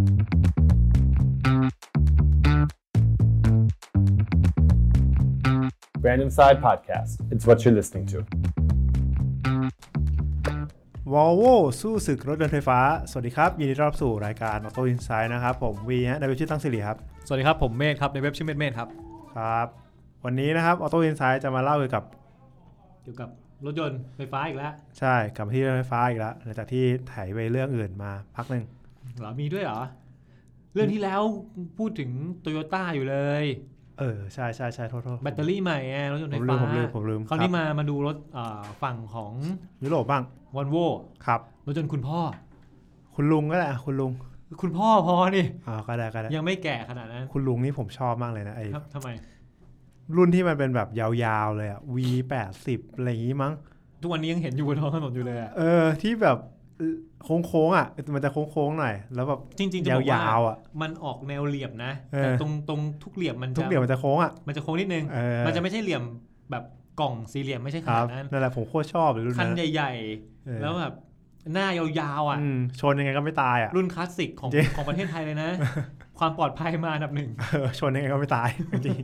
Random Side Podcast. It's what you're listening to. Volvo สู้ศึกรถยนต์ไฟฟ้าสวัสดีครับยินดีต้อนรับสู่รายการ Auto Insight นะครับผมวีฮะในเว็บชื่อตั้งสิริครับสวัสดีครับผมเมธครับในเว็บชื่อเมธครับครับวันนี้นะครับ Auto Insight จะมาเล่าเกี่ยวกับรถยนต์ไฟฟ้าอีกแล้วใช่กลับมาที่รถไฟฟ้าอีกแล้วหลังจากที่ไถไปเรื่องอื่นมาพักนึงเหรอมีด้วยเหรอเรื่องที่แล้วพูดถึง Toyota อยู่เลยใช่โทษแบตเตอรี่ใหม่ไงรถยนต์ไฟฟ้าผมลืมคราวนี้มาดูรถฝั่งของยุโรปบ้าง Volvo ครับรถยนต์คุณพ่อคุณลุงก็ได้คุณพ่อพอนี่ก็ได้ยังไม่แก่ขนาดนั้นคุณลุงนี่ผมชอบมากเลยนะครับทำไมรุ่นที่มันเป็นแบบยาวๆเลยอ่ะ V80 อะไรอย่างงี้มั้งทุกวันนี้ยังเห็นอยู่บนท้องถนนอยู่เลยที่แบบโค้งๆอ่ะมันจะโค้งๆหน่อยแล้วแบบจริงๆจะบอกว่ายาวๆอ่ะมันออกแนวเหลี่ยมนะแต่ตรงทุกเหลี่ยมมันจะโค้งอ่ะมันจะโค้งนิดนึงมันจะไม่ใช่เหลี่ยมแบบกล่องสี่เหลี่ยมไม่ใช่ขนาดนั้นนั่นแหละผมโคตรชอบเลยรุ่นนั้นคันใหญ่ๆแล้วแบบหน้ายาวๆอ่ะชนยังไงก็ไม่ตายอ่ะรุ่นคลาสสิกของประเทศไทยเลยนะความปลอดภัยมาอันดับหนึ่งชนยังไงก็ไม่ตายจริง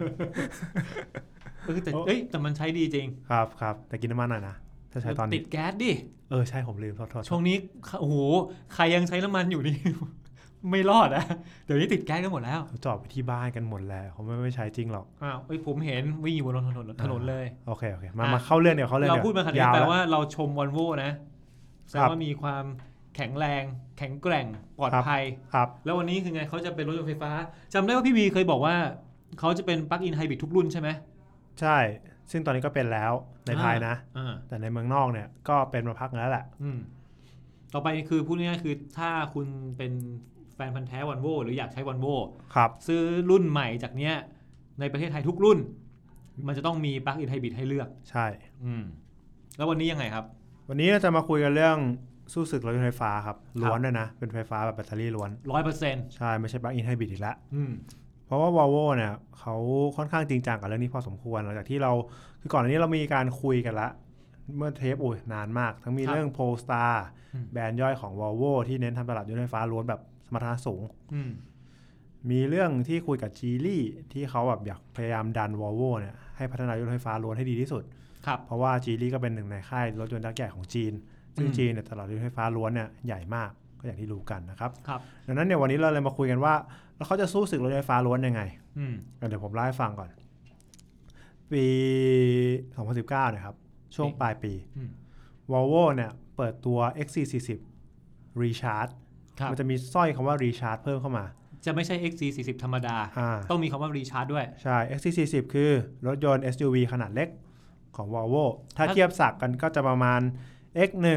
แต่มันใช้ดีจริงครับแต่กินน้ำมันหน่อยนะถ้าใช้ตอนนี้ติดแก๊สดิใช่ผมลืมโทษช่วงนี้โอ้โหใครยังใช้น้ำมันอยู่นี่ ไม่รอดนะเดี๋ยวนี้ติดแก๊สกันหมดแล้วจอดไปที่บ้านกันหมดแล้วเขาไม่ใช้จริงหรอกผมเห็นวิ่งอยู่บนถนนเลยโอเคมาเข้าเรื่องเดี๋ยวเราพูดมาขนาดนี้แปลว่าเราชม Volvo นะแสดงว่ามีความแข็งแรงแข็งแกร่งปลอดภัยแล้ววันนี้คือไงเขาจะเป็นรถยนต์ไฟฟ้าจำได้ว่าพี่วีเคยบอกว่าเขาจะเป็นปลั๊กอินไฮบริดทุกรุ่นใช่ไหมใช่ซึ่งตอนนี้ก็เป็นแล้วในไทยนะแต่ในเมืองนอกเนี่ยก็เป็นมาพักแล้วแหละต่อไปคือพูดง่ายๆคือถ้าคุณเป็นแฟนพันธุ์แท้ Volvo หรืออยากใช้ Volvo ซื้อรุ่นใหม่จากเนี้ยในประเทศไทยทุกรุ่นมันจะต้องมีปลั๊กอินไฮบริดให้เลือกใช่แล้ววันนี้ยังไงครับวันนี้เราจะมาคุยกันเรื่องสู้ศึกรถยนต์ไฟฟ้าครับล้วนด้วยนะเป็นไฟฟ้าแบบแบตเตอรี่ล้วน 100% ใช่ไม่ใช่ปลั๊กอินไฮบริดอีกแล้วเพราะว่า Volvo เนี่ยเขาค่อนข้างจริงจังกับเรื่องนี้พอสมควรหลังจากที่เราคือก่อนหน้านี้เรามีการคุยกันละเมื่อเทปนานมากทั้งมีเรื่อง Polestar แบรนด์ย่อยของ Volvo ที่เน้นทำตลาดยนต์ไฟฟ้าล้วนแบบสมรรถนะสูงมีเรื่องที่คุยกับ Geely ที่เขาแบบอยากพยายามดัน Volvo เนี่ยให้พัฒนายนต์ไฟฟ้าล้วนให้ดีที่สุดเพราะว่า Geely ก็เป็นหนึ่งในค่ายรถยนต์ยักษ์ใหญ่ของจีนซึ่งจีนเนี่ยตลาดยนต์ไฟฟ้าล้วนเนี่ยใหญ่มากก็อย่างที่รู้กันนะครับดังนั้นเนี่ยวันนี้เราเลยมาคุยกันว่าแล้วเขาจะสู้ศึกรถไฟฟ้าล้วนยังไงเดี๋ยวผมเล่าให้ฟังก่อนปี 2019 เนี่ยครับช่วงปลายปี Volvo เนี่ยเปิดตัว XC40 Recharge มันจะมีสร้อยคำว่า Recharge เพิ่มเข้ามาจะไม่ใช่ XC40 ธรรมดาต้องมีคำว่า Recharge ด้วยใช่ XC40 คือรถยนต์ SUV ขนาดเล็กของ Volvo ถ้าเทียบศักดิ์กันก็จะประมาณ X1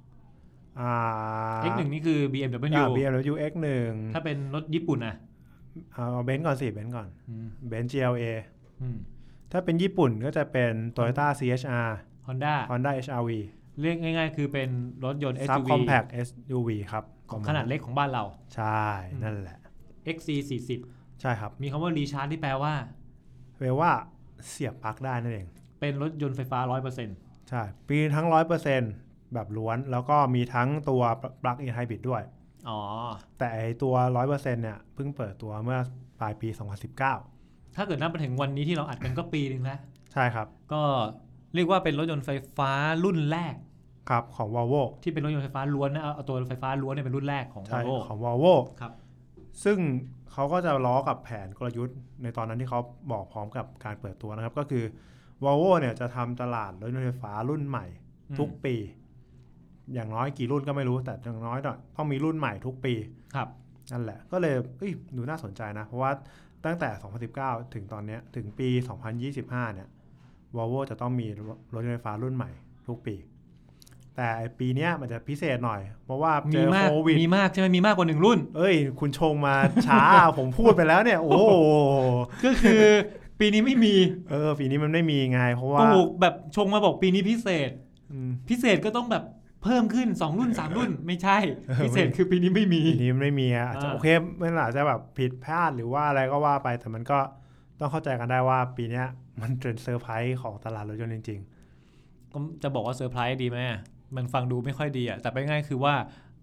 X1 นี่คือ BMW X1 ถ้าเป็นรถญี่ปุ่นเอาเบนซ์ก่อนเบนซ์ GLA ถ้าเป็นญี่ปุ่นก็จะเป็น Toyota CHR Honda HR-V เรียกง่ายๆคือเป็นรถยนต์ SUV Subcompact SUV ครับขนาดเล็กของบ้านเราใช่นั่นแหละ XC40 ใช่ครับมีคำว่า Recharge ที่แปลว่าเสียบปลั๊กได้นั่นเองเป็นรถยนต์ไฟฟ้า 100% ใช่ปีทั้ง 100% แบบล้วนแล้วก็มีทั้งตัวปลั๊กอินไฮบริดด้วยแต่ไอตัว 100% เนี่ยเพิ่งเปิดตัวเมื่อปลายปี 2019 ถ้าเกิดนับไปถึงวันนี้ที่เราอัดกันก็ปีนึงแล้วใช่ครับก็เรียกว่าเป็นรถยนต์ไฟฟ้ารุ่นแรกครับของ Volvo ที่เป็นรถยนต์ไฟฟ้าล้วนนะเอาตัวไฟฟ้าล้วนเนี่ยเป็นรุ่นแรกของ Volvo ของ Volvo ครับซึ่งเขาก็จะล้อกับแผนกลยุทธ์ในตอนนั้นที่เขาบอกพร้อมกับการเปิดตัวนะครับก็คือ Volvo เนี่ยจะทำตลาดรถยนต์ไฟฟ้ารุ่นใหม่ทุกปีอย่างน้อยกี่รุ่นก็ไม่รู้แต่อย่างน้อยต้องมีรุ่นใหม่ทุกปีครับนั่นแหละก็เลยดูน่าสนใจนะเพราะว่าตั้งแต่2019ถึงตอนนี้ถึงปี2025เนี่ย Volvo จะต้องมีรถยนต์ไฟฟ้ารุ่นใหม่ทุกปีแต่ปีนี้มันจะพิเศษหน่อยเพราะว่าเจอโควิดมีมากใช่ไหมมีมากกว่า1รุ่นคุณชงมาช้า ผมพูดไปแล้วเนี่ยโอ้ก็คือปีนี้ไม่มีปีนี้มันไม่มีไงเพราะว่าแบบชงมาบอกปีนี้พิเศษก็ต้องแบบเพิ่มขึ้น2รุ่น3รุ่นไม่ใช่พิเศษคือปีนี้ไม่มีอาจจะโอเคมันอาจจะแบบผิดพลาดหรือว่าอะไรก็ว่าไปแต่มันก็ต้องเข้าใจกันได้ว่าปีนี้มันเป็นเซอร์ไพรส์ของตลาดรถยนต์จริงๆก็จะบอกว่าเซอร์ไพรส์ดีไหมมันฟังดูไม่ค่อยดีแต่ไปง่ายคือว่า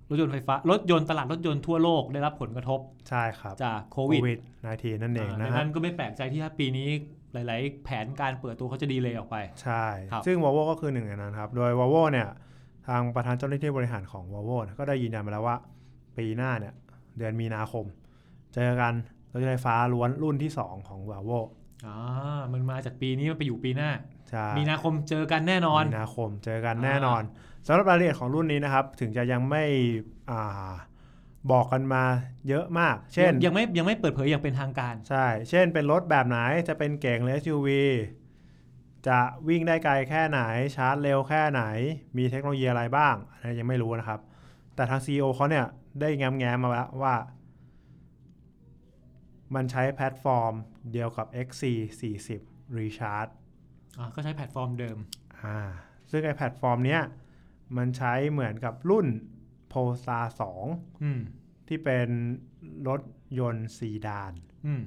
รถยนต์ไฟฟ้ารถยนต์ตลาดรถยนต์ทั่วโลกได้รับผลกระทบใช่ครับจากโควิด -19 นั่นเองนะดังนั้นก็ไม่แปลกใจที่ปีนี้หลายๆแผนการเปิดตัวเขาจะดีเลย์ออกไปใช่ซึ่ง Volvo ก็คือหนึ่งในนั้นครับโดย Volvo เนี่ยทางประธานเจ้าหน้าที่บริหารของ Volvo ก็ได้ยืนยันมาแล้วว่าปีหน้าเนี่ยเดือนมีนาคมเจอกันรถไฟฟ้าล้วนรุ่นที่2ของ Volvo มันมาจากปีนี้มันไปอยู่ปีหน้ามีนาคมเจอกันแน่นอนมีนาคมเจอกันแน่นอนสำหรับรายละเอียดของรุ่นนี้นะครับถึงจะยังไม่บอกกันมาเยอะมากเช่นยังไม่เปิดเผยอย่างเป็นทางการใช่เช่นเป็นรถแบบไหนจะเป็นเก๋งหรือ SUV จะวิ่งได้ไกลแค่ไหนชาร์จเร็วแค่ไหนมีเทคโนโลยีอะไรบ้างอันนี้ยังไม่รู้นะครับแต่ทาง CEO เขาเนี่ยได้แง้มมาแล้วว่ามันใช้แพลตฟอร์มเดียวกับ XC40 Recharge ก็ใช้แพลตฟอร์มเดิมซึ่งไอ้แพลตฟอร์มเนี้ยมันใช้เหมือนกับรุ่น Polestar 2ที่เป็นรถยนต์ซีดาน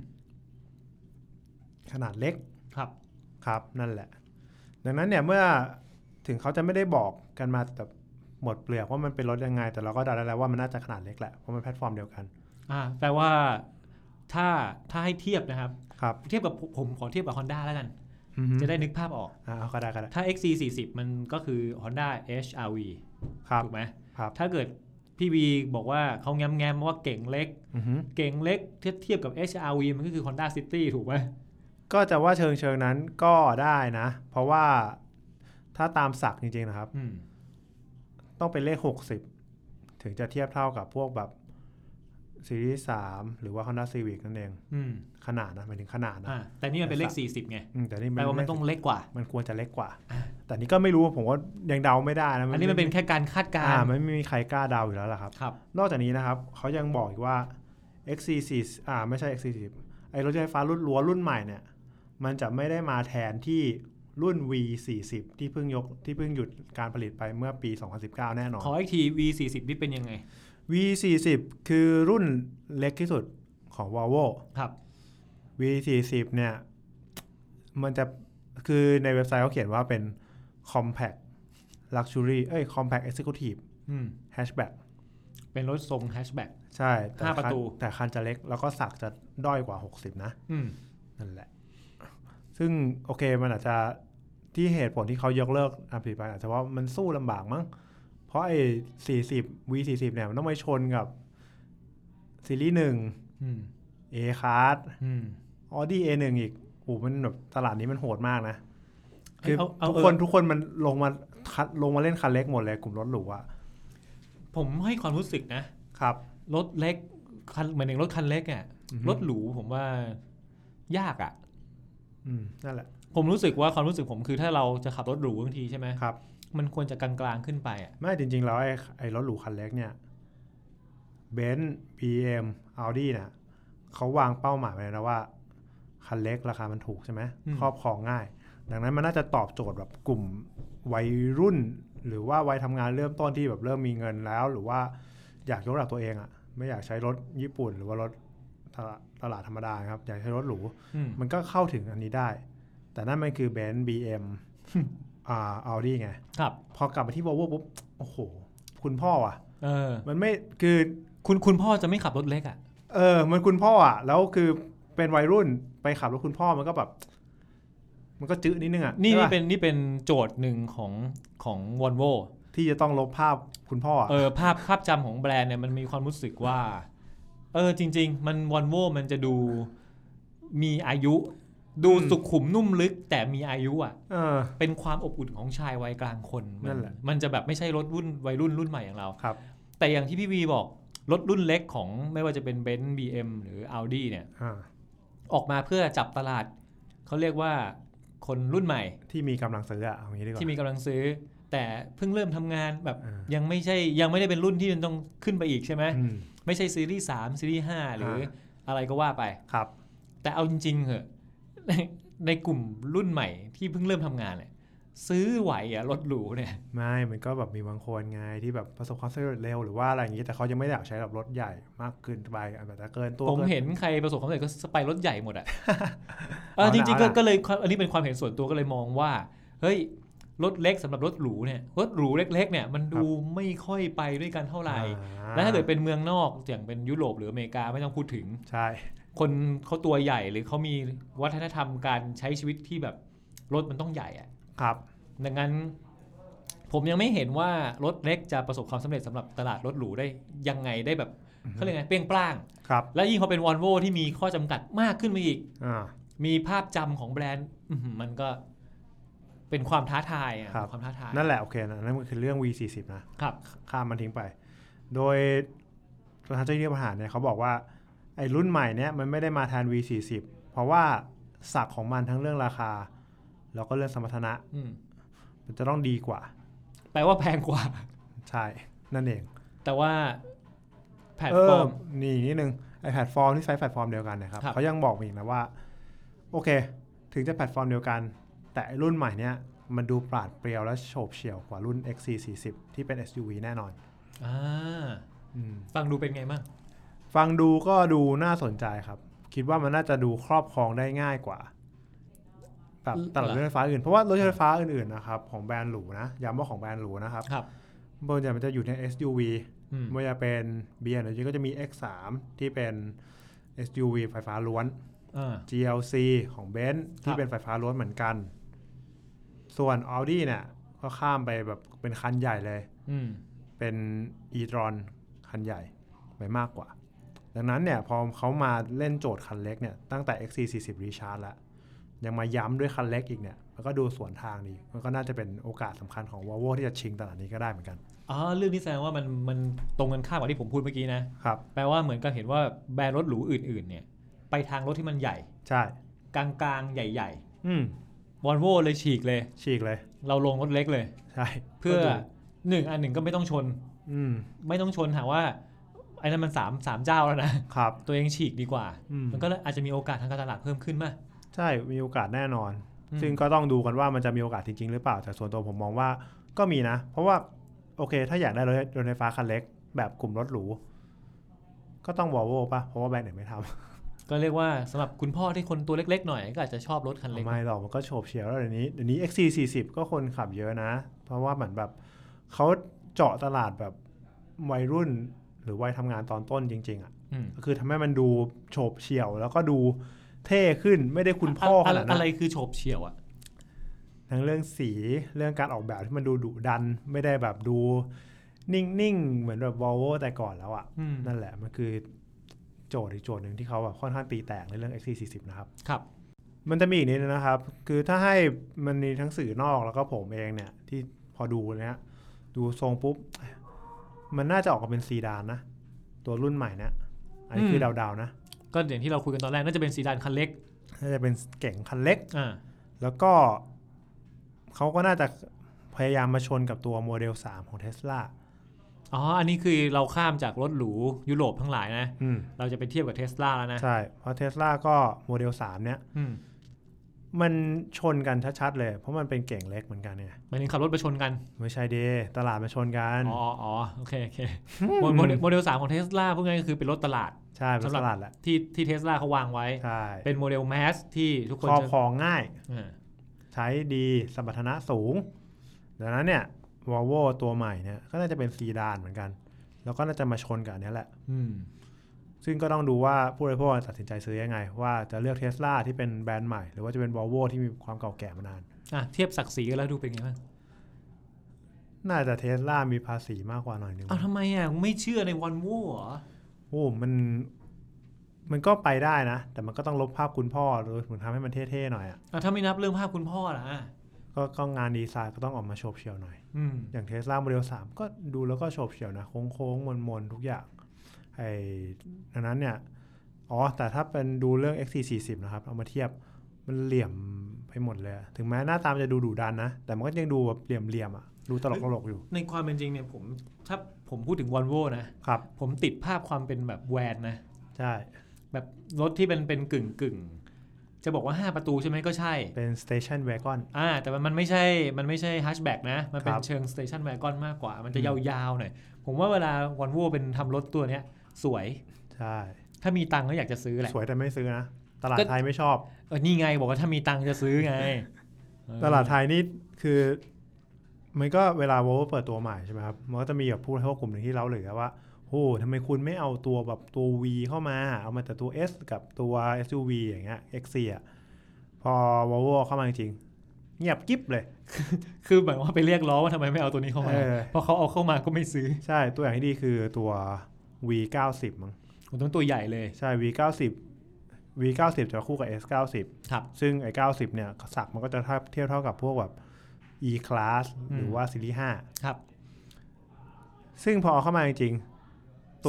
ขนาดเล็กครับนั่นแหละดังนั้นเนี่ยเมื่อถึงเขาจะไม่ได้บอกกันมาแบบหมดเปลือกว่ามันเป็นรถยังไงแต่เราก็เดาได้แล้วว่ามันน่าจะขนาดเล็กแหละเพราะมันแพลตฟอร์มเดียวกันแปลว่าถ้าให้เทียบนะครับเทียบกับผมขอเทียบกับ Honda แล้วกันจะได้นึกภาพออกก็ได้ถ้า XC40 มันก็คือ Honda HR-V ถูกไหมถ้าเกิดพี่บีบอกว่าเขาแง้มว่าเก่งเล็กเทียบกับ HR-V มันก็คือ Honda City ถูกไหมก็จะว่าเชิงนั้นก็ได้นะเพราะว่าถ้าตามศักดิ์จริงๆนะครับต้องเป็นเลข60ถึงจะเทียบเท่ากับพวกแบบซีรีส์3หรือว่า Honda Civic นั่นเองขนาดนะหมายถึงขนาดนะแต่นี่มันเป็นเลข40ไงแต่นี่แปลว่ามันต้องเล็กกว่ามันควรจะเล็กกว่าแต่นี่ก็ไม่รู้ผมว่ายังเดาไม่ได้นะอันนี้มันเป็นแค่การคาดการณ์ไม่มีใครกล้าเดาอยู่แล้วล่ะครับนอกจากนี้นะครับเขายังบอกอีกว่า XC40 ไม่ใช่ XC40 ไอ้รถไฟฟ้ารุ่นรุ่นใหม่เนี่ยมันจะไม่ได้มาแทนที่รุ่น V40 ที่เพิ่งหยุดการผลิตไปเมื่อปี2019แน่นอนขออีกที V40 นี่เป็นยังไง V40 คือรุ่นเล็กที่สุดของ Volvo ครับ V40 เนี่ยมันจะคือในเว็บไซต์เขาเขียนว่าเป็น Compact Luxury Compact Executive Hatchback เป็นรถทรง Hatchback ใช่ 5ประตูแต่คันจะเล็กแล้วก็สักจะด้อยกว่า60นะนั่นแหละซึ่งโอเคมันอาจจะที่เหตุผลที่เขายกเลิกผลิตไปอาจจะว่ามันสู้ลำบากมั้งเพราะไอ้40 V40 เนี่ยมันต้องไปชนกับซีรีส์1 A-Class Audi A1 อีกมันแบบตลาดนี้มันโหดมากนะคือทุกคนมันลงมาเล่นคันเล็กหมดเลยกลุ่มรถหรูอะผมให้ความรู้สึกนะครับรถเล็กคันเหมือนอย่างรถคันเล็กอ่ะรถหรูผมว่ายากอ่ะนั่นแหละผมรู้สึกว่าความรู้สึกผมคือถ้าเราจะขับรถหรูบางทีใช่ไหมครับมันควรจะกลางๆขึ้นไปอ่ะไม่จริงๆแล้วไอ้รถหรูคันเล็กเนี่ยเบนซ์ BM Audi เนี่ยเขาวางเป้าหมายไว้แล้วว่าคันเล็กราคามันถูกใช่ไหมครอบครองง่ายดังนั้นมันน่าจะตอบโจทย์แบบกลุ่มวัยรุ่นหรือว่าวัยทำงานเริ่มต้นที่แบบเริ่มมีเงินแล้วหรือว่าอยากยกระดับตัวเองอ่ะไม่อยากใช้รถญี่ปุ่นหรือว่ารถตลาดธรรมดาครับอยากใช้รถหรูมันก็เข้าถึงอันนี้ได้แต่นั่นมันคือเบนซ์ BM Audi ไงครับพอกลับมาที่ Volvo ปุ๊บโอ้โหคุณพ่ออ่ะมันไม่คือคุณพ่อจะไม่ขับรถเล็กอ่ะมันคุณพ่ออ่ะแล้วคือเป็นวัยรุ่นไปขับรถคุณพ่อมันก็แบบมันก็จื้อนิดนึงอ่ะนี่เป็นโจทย์หนึ่งของ Volvo ที่จะต้องลบภาพคุณพ่อภาพจำของแบรนด์เนี่ยมันมีความรู้สึกว่าจริงๆมัน Volvo มันจะดูมีอายุดูสุขุมนุ่มลึกแต่มีอายุเป็นความอบอุ่นของชายวัยกลางคนมันจะแบบไม่ใช่รถวัยรุ่นใหม่อย่างเราครับแต่อย่างที่พี่วีบอกรถรุ่นเล็กของไม่ว่าจะเป็น Benz BM หรือ Audi เนี่ยออกมาเพื่อจับตลาดเขาเรียกว่าคนรุ่นใหม่ที่มีกำลังซื้อเอางี้ดีกว่าที่มีกำลังซื้อแต่เพิ่งเริ่มทำงานแบบยังไม่ได้เป็นรุ่นที่มันต้องขึ้นไปอีกใช่ไหมไม่ใช่ซีรีส์3ซีรีส์5หรืออะไรก็ว่าไปครับแต่เอาจริงๆเหอะในกลุ่มรุ่นใหม่ที่เพิ่งเริ่มทำงานเนี่ยซื้อไหวรถหรูเนี่ยไม่มันก็แบบมีบางคนไงที่แบบประสบความสำเร็จเร็วหรือว่าอะไรอย่างนี้แต่เขายังไม่อยากใช้แบบรถใหญ่มากเกินไปแบบจะเกินตัวผมเห็นใครประสบความสำเร็จก็ไปรถใหญ่หมดอ่ะจริงๆก็เลยอันนี้เป็นความเห็นส่วนตัวก็เลยมองว่าเฮ้ยรถเล็กสำหรับรถหรูเนี่ยรถหรูเล็กๆเนี่ยมันดูไม่ค่อยไปด้วยกันเท่าไหร่และถ้าเกิดเป็นเมืองนอกอย่างเป็นยุโรปหรืออเมริกาไม่ต้องพูดถึงใช่คนเขาตัวใหญ่หรือเขามีวัฒนธรรมการใช้ชีวิตที่แบบรถมันต้องใหญ่อะครับดังนั้นผมยังไม่เห็นว่ารถเล็กจะประสบความสำเร็จสำหรับตลาดรถหรูได้ยังไงได้แบบเขาเรียกไงเปรี้ยงปร้างแล้วยิ่งพอเป็น Volvo ที่มีข้อจำกัดมากขึ้นมาอีกมีภาพจำของแบรนด์มันก็เป็นความท้าทายความท้าทายนั่นแหละโอเคนะนั่นคือเรื่อง V40 นะครับข้ามมันทิ้งไปโดยประธานเจ้าหน้าที่บริหารเนี่ยเขาบอกว่าไอ้รุ่นใหม่เนี่ยมันไม่ได้มาแทน V40 เพราะว่าศักดิ์ของมันทั้งเรื่องราคาแล้วก็เรื่องสมรรถนะมันจะต้องดีกว่าแปลว่าแพงกว่าใช่นั่นเองแต่ว่าแพลตฟอร์มนี่นิดนึงไอ้แพลตฟอร์มที่ใช้แพลตฟอร์มเดียวกันนะครับเขายังบอกอีกนะว่าโอเคถึงจะแพลตฟอร์มเดียวกันแต่รุ่นใหม่เนี่ยมันดูปราดเปรียวและโฉบเฉี่ยวกว่ารุ่น XC40 ที่เป็น SUV แน่นอนฟังดูเป็นไงบ้างฟังดูก็ดูน่าสนใจครับคิดว่ามันน่าจะดูครอบครองได้ง่ายกว่าแบบตลาดรถไฟฟ้าอื่นเพราะว่ารถไฟฟ้าอื่นๆนะครับของแบรนด์หรูนะย้ำว่าของแบรนด์หรูนะครับบนจะมันจะอยู่ใน SUV ไม่ว่าจะเป็น BMW ก็จะมี X3 ที่เป็น SUV ไฟฟ้าล้วนGLC ของ Benz ที่เป็นไฟฟ้าล้วนเหมือนกันส่วน Audi เนี่ยก็ข้ามไปแบบเป็นคันใหญ่เลยเป็น e-tron คันใหญ่ไปมากกว่าดังนั้นเนี่ยพอเขามาเล่นโจทย์คันเล็กเนี่ยตั้งแต่ XC40 Recharge แล้วยังมาย้ำด้วยคันเล็กอีกเนี่ยมันก็ดูสวนทางดีมันก็น่าจะเป็นโอกาสสำคัญของ Volvo ที่จะชิงตลาดนี้ก็ได้เหมือนกันเรื่องนี้แสดงว่ามันตรงกันข้ามกับที่ผมพูดเมื่อกี้นะครับแปลว่าเหมือนกับเห็นว่าแบรนด์รถหรูอื่นๆเนี่ยไปทางรถที่มันใหญ่ใช่กลางๆใหญ่ๆVolvo เลยฉีกเลยเราลงรถเล็กเลยใช่เพื่ออันหนึ่งก็ไม่ต้องชนไม่ต้องชนถามว่าไอ้นั้นมัน3เจ้าแล้วนะครับตัวเองฉีกดีกว่ามันก็อาจจะมีโอกาสทางการตลาดเพิ่มขึ้นมั้ยใช่มีโอกาสแน่นอนซึ่งก็ต้องดูกันว่ามันจะมีโอกาสจริงๆหรือเปล่าแต่ส่วนตัวผมมองว่าก็มีนะเพราะว่าโอเคถ้าอยากได้รถไฟฟ้าคันเล็กแบบกลุ่มรถหรูก็ต้อง Volvo ป่ะเพราะว่าแบรนด์อื่นไม่ทำก็เรียกว่าสำหรับคุณพ่อที่คนตัวเล็กๆหน่อยก็อาจจะชอบรถคันเล็กไม่หรอกมันก็โฉบเฉี่ยวแล้วเดี๋ยวนี้ XC40 ก็คนขับเยอะนะเพราะว่าเหมือนแบบเขาเจาะตลาดแบบวัยรุ่นหรือวัยทำงานตอนต้นจริงๆอ่ะก็คือทำให้มันดูโฉบเฉี่ยวแล้วก็ดูเท่ขึ้นไม่ได้คุณพ่อขนาดนั้นอะไรคือโฉบเฉี่ยวอ่ะทั้งเรื่องสีเรื่องการออกแบบที่มันดูดุดันไม่ได้แบบดูนิ่งๆเหมือนแบบ Volvo แต่ก่อนแล้วอ่ะนั่นแหละมันคือโจทย์อีกโจทย์หนึ่งที่เขาแบบค่อนข้างตีแตกในเรื่อง XC40 นะครับครับมันจะมีอีกนิดนึงนะครับคือถ้าให้มันมีทั้งสื่อนอกแล้วก็ผมเองเนี่ยที่พอดูเนี้ยดูทรงปุ๊บมันน่าจะออกมาเป็นซีดานนะตัวรุ่นใหม่เนี่ยอันนี้คือดาวๆนะก็อย่างที่เราคุยกันตอนแรกน่าจะเป็นซีดานคันเล็กน่าจะเป็นเก๋งคันเล็กแล้วก็เขาก็น่าจะพยายามมาชนกับตัวโมเดล3ของ Tesla อันนี้คือเราข้ามจากรถหรูยุโรปทั้งหลายนะเราจะไปเทียบกับ Tesla แล้วนะใช่เพราะ Tesla ก็โมเดล3เนี่ยมันชนกันชัดๆเลยเพราะมันเป็นเก่งเล็กเหมือนกันเนี่ยหมายถึงขับรถไปชนกันไม่ใช่ดิตลาดมาชนกันโอเคโมเดล3ของ Tesla พวกนี้ก็คือเป็นรถตลาดใช่เป็นตลาดแหละที่ Tesla เขาวางไว้เป็นโมเดลแมสที่ทุกคนครอบครองง่ายใช้ดีสมรรถนะสูงดังนั้นเนี่ย Volvo ตัวใหม่เนี่ยก็น่าจะเป็นซีดานเหมือนกันแล้วก็น่าจะมาชนกันนี้แหละซึ่งก็ต้องดูว่าผู้บริโภคตัดสินใจซื้อยังไงว่าจะเลือก Tesla ที่เป็นแบรนด์ใหม่หรือว่าจะเป็น Volvo ที่มีความเก่าแก่มานานเทียบศักดิ์ศรีกันแล้วดูเป็นไงบ้างน่าจะ Tesla มีภาษีมากกว่าหน่อยนึงทำไมไม่เชื่อใน Volvo เหรอมันก็ไปได้นะแต่มันก็ต้องลบภาพคุณพ่อหรือทำให้มันเท่ๆหน่อยถ้าไม่นับเรื่องภาพคุณพ่อล่ะก็งานดีไซน์ก็ต้องออกมาโฉบเฉี่ยวหน่อยอย่าง Tesla Model 3ก็ดูแล้วก็โฉบเฉี่ยวนะโค้งๆมนๆทุกอย่างดังนั้นเนี่ยแต่ถ้าเป็นดูเรื่อง XC40 นะครับเอามาเทียบมันเหลี่ยมไปหมดเลยถึงแม้หน้าตามันจะดูดุดันนะแต่มันก็ยังดูแบบเหลี่ยมดูตลกๆอยู่ในความเป็นจริงเนี่ยถ้าผมพูดถึง Volvo นะครับผมติดภาพความเป็นแบบแวนนะใช่แบบรถที่เป็นกึ่งจะบอกว่า5ประตูใช่ไหมก็ใช่เป็น Station Wagon แต่มันไม่ใช่ฮัชแบ็กนะมันเป็นเชิง Station Wagon มากกว่ามันจะยาวๆหน่อยผมว่าเวลา Volvo เป็นทำรถตัวเนี้ยสวยใช่ถ้ามีตังค์ก็อยากจะซื้อแหละสวยแต่ไม่ซื้อนะตลาดไทยไม่ชอบนี่ไงบอกว่าถ้ามีตังค์จะซื้อไงตลาดไทยนี่คือมันก็เวลา Volvo เปิดตัวใหม่ใช่ไหมครับมันก็จะมีแบบผู้บริโภคกลุ่มหนึ่งที่เล่าหรือว่าโอ้ทำไมคุณไม่เอาตัวแบบตัว V เข้ามาเอามาแต่ตัว S กับตัว SUV อย่างเงี้ย XC อ่ะพอ Volvo เข้ามาจริงเงียบกิ๊บเลยคือหมายว่าไปเรียกร้องว่าทำไมไม่เอาตัวนี้เข้ามาเพราะเขาเอาเข้ามาก็ไม่ซื้อใช่ตัวอย่างที่ดีคือตัว V90 มั้งต้องตัวใหญ่เลยใช่ V90 จะคู่กับ S90 ครับซึ่งไอ้90เนี่ยศักดิ์มันก็จะเทียบเท่ากับพวกแบบ E-Class หรือว่าซีรีส์5 ครับซึ่งพอเข้ามาจริงๆตัว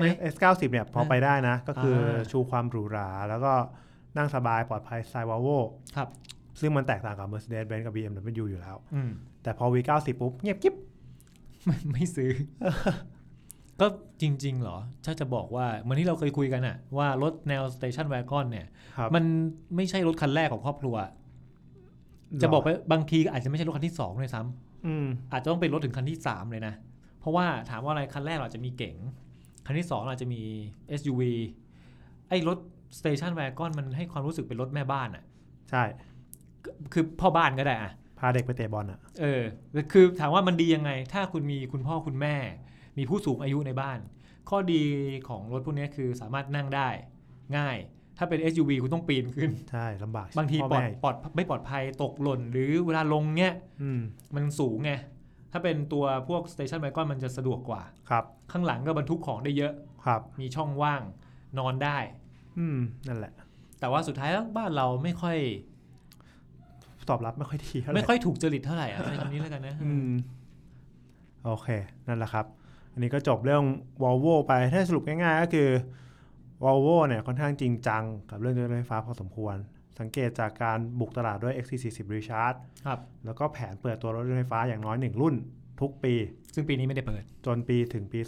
S90 เนี่ยพอไปได้นะก็คือชูความหรูหราแล้วก็นั่งสบายปลอดภัยสไตล์ Volvo ครับซึ่งมันแตกต่างกับ Mercedes-Benz กับ BMW อยู่แล้วแต่พอ V90 ปุ๊บเงียบกิ๊บไม่ซื้อ ก็จริงๆเหรอถ้าจะบอกว่าเหมือนที่เราเคยคุยกันอะว่ารถแนว Station Wagon เนี่ยมันไม่ใช่รถคันแรกของครอบครัวจะบอกไปบางทีอาจจะไม่ใช่รถคันที่2ด้วยซ้ำอาจจะต้องเป็นรถถึงคันที่3เลยนะเพราะว่าถามว่าอะไรคันแรกเราจะมีเก๋งคันที่2เราจะมี SUV ไอ้รถ Station Wagon มันให้ความรู้สึกเป็นรถแม่บ้านอะใช่คือพ่อบ้านก็ได้อะพาเด็กไปเตะบอลอะคือถามว่ามันดียังไงถ้าคุณมีคุณพ่อคุณแม่มีผู้สูงอายุในบ้านข้อดีของรถพวกนี้คือสามารถนั่งได้ง่ายถ้าเป็น SUV คุณต้องปีนขึ้นใช่ลำบากบางทีไม่ปลอดภัยตกหล่นหรือเวลาลงเนี้ยมันสูงไงถ้าเป็นตัวพวก Station Wagon มันจะสะดวกกว่าครับข้างหลังก็บรรทุกของได้เยอะครับมีช่องว่างนอนได้นั่นแหละแต่ว่าสุดท้ายแล้วบ้านเราไม่ค่อยตอบรับไม่ค่อยดีเท่าไหร่ไม่ค่อยถูกจริตเท่าไหร่ใช้คำนี้แล้วกันนะโอเคนั่นแหละครับอันนี้ก็จบเรื่อง Volvo ไปถ้าสรุปง่ายๆก็คือ Volvo เนี่ยค่อนข้างจริงจังกับเรื่องรถไฟฟ้าพอสมควรสังเกตจากการบุกตลาดด้วย XC40 Recharge ครับแล้วก็แผนเปิดตัวรถไฟฟ้าอย่างน้อย1รุ่นทุกปีซึ่งปีนี้ไม่ได้เปิดจนถึงปี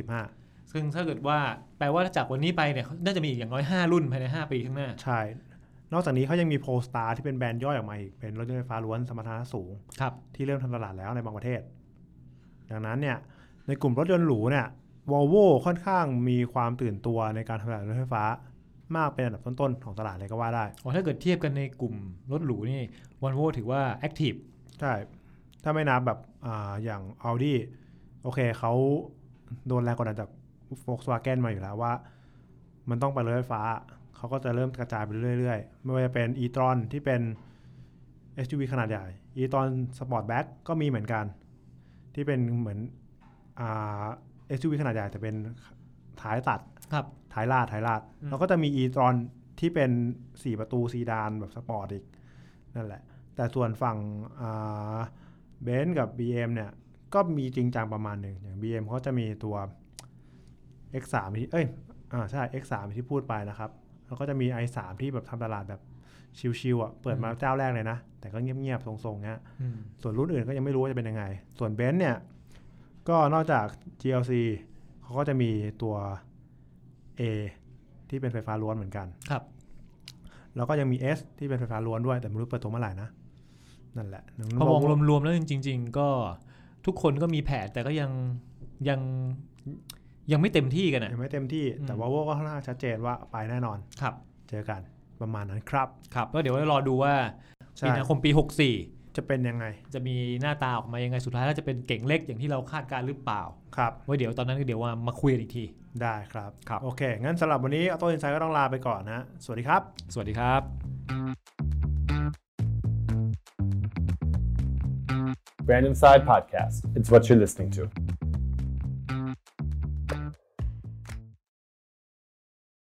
2025 ซึ่งถ้าเกิดว่าแปลว่าจากวันนี้ไปเนี่ยน่าจะมีอีกอย่างน้อย5รุ่นภายใน5ปีข้างหน้าใช่นอกจากนี้เขายังมี Polestar ที่เป็นแบรนด์ย่อยออกมาอีกเป็นรถไฟฟ้าล้วนสมรรถนะสูงที่เริ่มทำตลาดแล้วในบางประเทศดังนั้นเนี่ยในกลุ่มรถยนต์หรูเนี่ย Volvo ค่อนข้างมีความตื่นตัวในการทำตลาดรถไฟฟ้ามากเป็นอันดับต้นๆของตลาดเลยก็ว่าได้ถ้าเกิดเทียบกันในกลุ่มรถหรูนี่ Volvo ถือว่า Active ใช่ถ้าไม่นับแบบอย่าง Audi โอเคเขาโดนแรงกดดันจาก Volkswagen มาอยู่แล้วว่ามันต้องไปรถไฟฟ้าเขาก็จะเริ่มกระจายไปเรื่อยๆไม่ว่าจะเป็น e-tron ที่เป็น SUV ขนาดใหญ่ e-tron Sportback ก็มีเหมือนกันที่เป็นเหมือนSUV ขนาดใหญ่แต่เป็นท้ายตัดท้ายลาดแล้วก็จะมี e-tron ที่เป็น4ประตูซีดานแบบสปอร์ตอีกนั่นแหละแต่ส่วนฝั่งBenz กับ BM เนี่ยก็มีจริงจังประมาณหนึ่งอย่าง BM เขาจะมีตัว X3 ที่ใช่ X3 ที่พูดไปนะครับแล้วก็จะมี i3 ที่แบบทำตลาดแบบชิวๆเปิดมาเจ้าแรกเลยนะแต่ก็เงียบๆทรงๆเงี้ยส่วนรุ่นอื่นก็ยังไม่รู้ว่าจะเป็นยังไงส่วน Benz เนี่ยก็นอกจาก GLC เขาก็จะมีตัว A ที่เป็นไฟฟ้าล้วนเหมือนกันครับแล้วก็ยังมี S ที่เป็นไฟฟ้าล้วนด้วยแต่ไม่รู้เปิดตัวเมื่อไหร่นะนั่นแหละพอมองรวมๆแล้วจริงๆก็ทุกคนก็มีแผนแต่ก็ยังไม่เต็มที่กันยังไม่เต็มที่แต่ว่าก็ค่อนข้างชัดเจนว่าไปแน่นอนครับเจอกันประมาณนั้นครับก็เดี๋ยวรอดูว่ามีนาคมปี64 จะเป็นยังไงจะมีหน้าตาออกมายังไงสุดท้ายแล้วจะเป็นเก่งเล็กอย่างที่เราคาดการหรือเปล่าครับว่าเดี๋ยวตอนนั้นเดี๋ยวมาคุยกันอีกทีได้ครับโอเคงั้นสำหรับวันนี้Auto Insightก็ต้องลาไปก่อนนะสวัสดีครับสวัสดีครับ Brand Inside Podcast. It's what you're listening to.